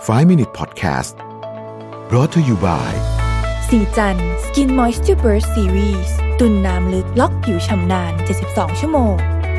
5 Minute Podcast brought to you by สีจัน Skin Moisture Burst Series ตุ่นน้ำลึกล็อกผิวชำนาน72 ชั่วโมง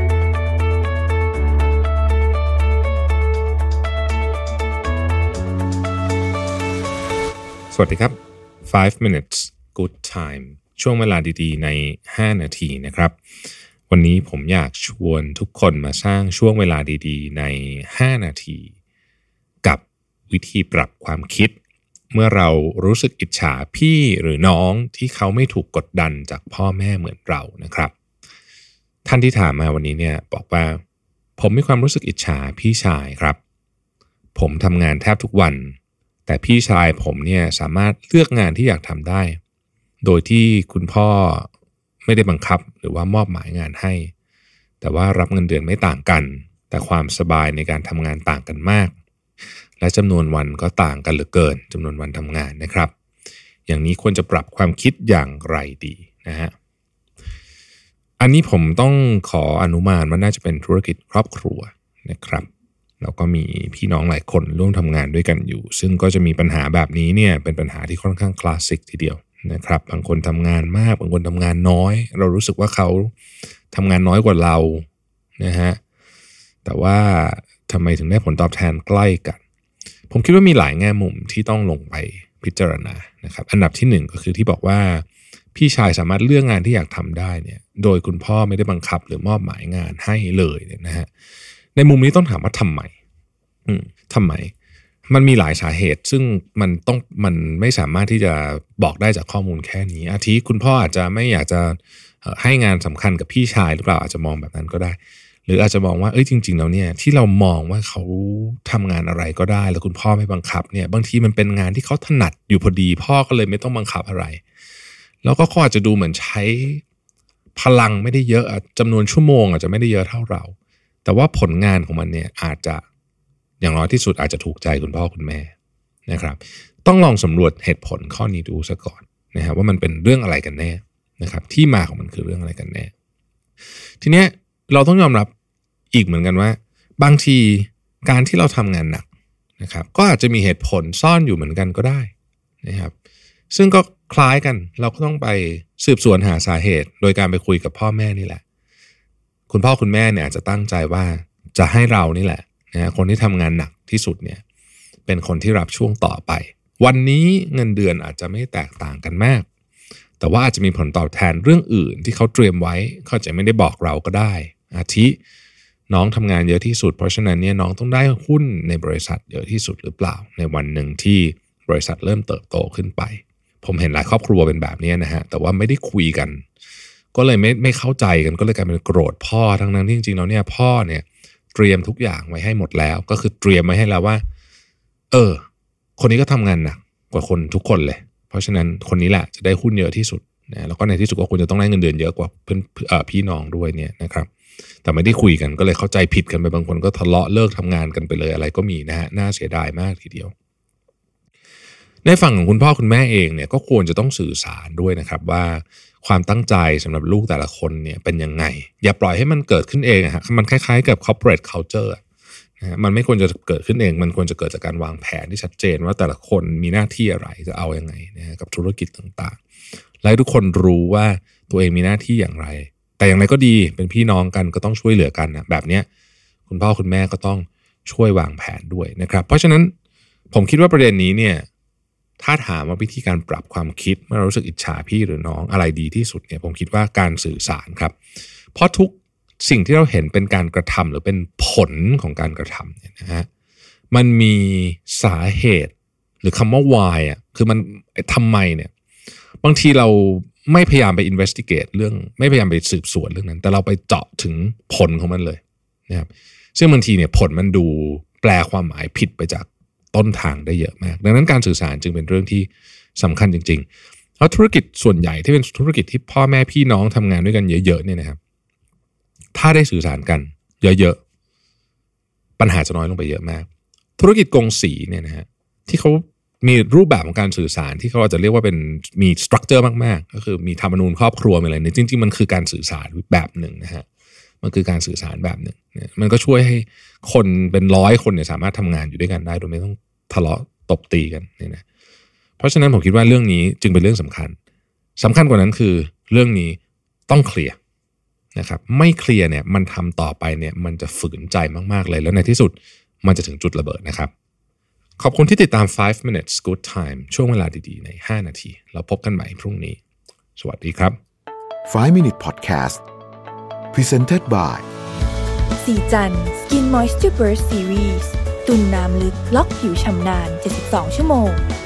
สวัสดีครับ 5 minutes good time ช่วงเวลาดีๆใน5นาทีนะครับวันนี้ผมอยากชวนทุกคนมาสร้างช่วงเวลาดีๆใน5นาทีกับวิธีปรับความคิดเมื่อเรารู้สึกอิจฉาพี่หรือน้องที่เขาไม่ถูกกดดันจากพ่อแม่เหมือนเรานะครับท่านที่ถามมาวันนี้เนี่ยบอกว่าผมมีความรู้สึกอิจฉาพี่ชายครับผมทำงานแทบทุกวันแต่พี่ชายผมเนี่ยสามารถเลือกงานที่อยากทำได้โดยที่คุณพ่อไม่ได้บังคับหรือว่ามอบหมายงานให้แต่ว่ารับเงินเดือนไม่ต่างกันแต่ความสบายในการทำงานต่างกันมากและจำนวนวันก็ต่างกันเหลือเกินจำนวนวันทำงานนะครับอย่างนี้ควรจะปรับความคิดอย่างไรดีนะฮะอันนี้ผมต้องขออนุมานว่าน่าจะเป็นธุรกิจครอบครัวนะครับแล้วก็มีพี่น้องหลายคนร่วมทำงานด้วยกันอยู่ซึ่งก็จะมีปัญหาแบบนี้เนี่ยเป็นปัญหาที่ค่อนข้างคลาสสิกทีเดียวนะครับบางคนทำงานมากบางคนทำงานน้อยเรารู้สึกว่าเขาทำงานน้อยกว่าเรานะฮะแต่ว่าทำไมถึงได้ผลตอบแทนใกล้กันผมคิดว่ามีหลายแง่มุมที่ต้องลงไปพิจารณานะครับอันดับที่1ก็คือที่บอกว่าพี่ชายสามารถเลือกงานที่อยากทำได้เนี่ยโดยคุณพ่อไม่ได้บังคับหรือมอบหมายงานให้เลยเนี่ยนะฮะในมุมนี้ต้องถามว่าทำไมมันมีหลายสาเหตุซึ่งมันไม่สามารถที่จะบอกได้จากข้อมูลแค่นี้อาทิคุณพ่ออาจจะไม่อยากจะให้งานสำคัญกับพี่ชายหรือเปล่าอาจจะมองแบบนั้นก็ได้หรืออาจจะมองว่าจริงๆแล้วเนี่ยที่เรามองว่าเขาทำงานอะไรก็ได้แล้วคุณพ่อไม่บังคับเนี่ยบางทีมันเป็นงานที่เขาถนัดอยู่พอดีพ่อก็เลยไม่ต้องบังคับอะไรแล้วก็เขาอาจจะดูเหมือนใช้พลังไม่ได้เยอะจำนวนชั่วโมงอาจจะไม่ได้เยอะเท่าเราแต่ว่าผลงานของมันเนี่ยอาจจะอย่างน้อยที่สุดอาจจะถูกใจคุณพ่อคุณแม่นะครับต้องลองสำรวจเหตุผลข้อนี้ดูซะก่อนนะครับว่ามันเป็นเรื่องอะไรกันแน่นะครับที่มาของมันคือเรื่องอะไรกันแน่ทีเนี้ยเราต้องยอมรับอีกเหมือนกันว่าบางทีการที่เราทำงานหนักนะครับก็อาจจะมีเหตุผลซ่อนอยู่เหมือนกันก็ได้นะครับซึ่งก็คล้ายกันเราก็ต้องไปสืบสวนหาสาเหตุโดยการไปคุยกับพ่อแม่นี่แหละคุณพ่อคุณแม่เนี่ยอาจจะตั้งใจว่าจะให้เรานี่แหละนะคนที่ทำงานหนักที่สุดเนี่ยเป็นคนที่รับช่วงต่อไปวันนี้เงินเดือนอาจจะไม่แตกต่างกันมากแต่ว่าอาจจะมีผลตอบแทนเรื่องอื่นที่เขาเตรียมไว้เขาอาจจะไม่ได้บอกเราก็ได้อาทิน้องทำงานเยอะที่สุดเพราะฉะนั้นเนี่ยน้องต้องได้หุ้นในบริษัทเยอะที่สุดหรือเปล่าในวันหนึ่งที่บริษัทเริ่มเติบโตขึ้นไปผมเห็นหลายครอบครัวเป็นแบบนี้นะฮะแต่ว่าไม่ได้คุยกันก็เลยไม่เข้าใจกันก็เลยกลายเป็นโกรธพ่อทั้งนั้นที่จริงๆแล้วเนี่ยพ่อเนี่ยเตรียมทุกอย่างไว้ให้หมดแล้วก็คือเตรียมไว้ให้แล้วว่าคนนี้ก็ทำงานหนักกว่าคนทุกคนเลยเพราะฉะนั้นคนนี้แหละจะได้หุ้นเยอะที่สุดนะแล้วก็ในที่สุดก็ควรจะต้องได้เงินเดือนเยอะกว่าเพื่อนพี่น้องด้วยเนี่ยนะครับแต่ไม่ได้คุยกันก็เลยเข้าใจผิดกันไปบางคนก็ทะเลาะเลิกทำงานกันไปเลยอะไรก็มีนะฮะน่าเสียดายมากทีเดียวในฝั่งของคุณพ่อคุณแม่เองเนี่ยก็ควรจะต้องสื่อสารด้วยนะครับว่าความตั้งใจสำหรับลูกแต่ละคนเนี่ยเป็นยังไงอย่าปล่อยให้มันเกิดขึ้นเองฮะมันคล้ายๆกับ corporate culture นะมันไม่ควรจะเกิดขึ้นเองมันควรจะเกิดจากการวางแผนที่ชัดเจนว่าแต่ละคนมีหน้าที่อะไรจะเอายังไงนะกับธุรกิจต่างๆและทุกคนรู้ว่าตัวเองมีหน้าที่อย่างไรแต่อย่างไรก็ดีเป็นพี่น้องกันก็ต้องช่วยเหลือกันนะแบบนี้คุณพ่อคุณแม่ก็ต้องช่วยวางแผนด้วยนะครับเพราะฉะนั้นผมคิดว่าประเด็นนี้เนี่ยถ้าถามว่าวิธีการปรับความคิดเมื่อเรารู้สึกอิจฉาพี่หรือน้องอะไรดีที่สุดเนี่ยผมคิดว่าการสื่อสารครับเพราะทุกสิ่งที่เราเห็นเป็นการกระทำหรือเป็นผลของการกระทำเนี่ยนะฮะมันมีสาเหตุหรือคำว่า why คือมันทำไมเนี่ยบางทีเราไม่พยายามไป investigate เรื่องไม่พยายามไปสืบสวนเรื่องนั้นแต่เราไปเจาะถึงผลของมันเลยนะครับซึ่งบางทีเนี่ยผลมันดูแปลความหมายผิดไปจากต้นทางได้เยอะมากดังนั้นการสื่อสารจึงเป็นเรื่องที่สำคัญจริงๆแล้วธุรกิจส่วนใหญ่ที่เป็นธุรกิจที่พ่อแม่พี่น้องทำงานด้วยกันเยอะๆเนี่ยนะครับถ้าได้สื่อสารกันเยอะๆปัญหาจะน้อยลงไปเยอะมากธุรกิจกงสีเนี่ยนะฮะที่เขามีรูปแบบของการสื่อสารที่เขาจะเรียกว่าเป็นมีสตรัคเจอร์มากๆก็คือมีธรรมนูญครอบครัวมีอะไรเนี่ยจริงๆมันคือการสื่อสารแบบหนึ่งนะฮะมันคือการสื่อสารแบบหนึ่งมันก็ช่วยให้คนเป็น100 คนเนี่ยสามารถทำงานอยู่ด้วยกันได้โดยไม่ต้องททะเลาะตบตีกันเนี่ยนะเพราะฉะนั้นผมคิดว่าเรื่องนี้จึงเป็นเรื่องสำคัญกว่านั้นคือเรื่องนี้ต้องเคลียร์นะครับไม่เคลียร์เนี่ยมันทำต่อไปเนี่ยมันจะฝืนใจมากๆเลยแล้วในที่สุดมันจะถึงจุดระเบิดนะครับขอบคุณที่ติดตาม 5 minutes good time ช่วงเวลาดีๆใน5นาทีเราพบกันใหม่พรุ่งนี้สวัสดีครับ 5 minute podcast presented by สีจัน Skin Moisture Burst Series ตุ่นน้ำลึกล็อกผิวชำนาน72 ชั่วโมง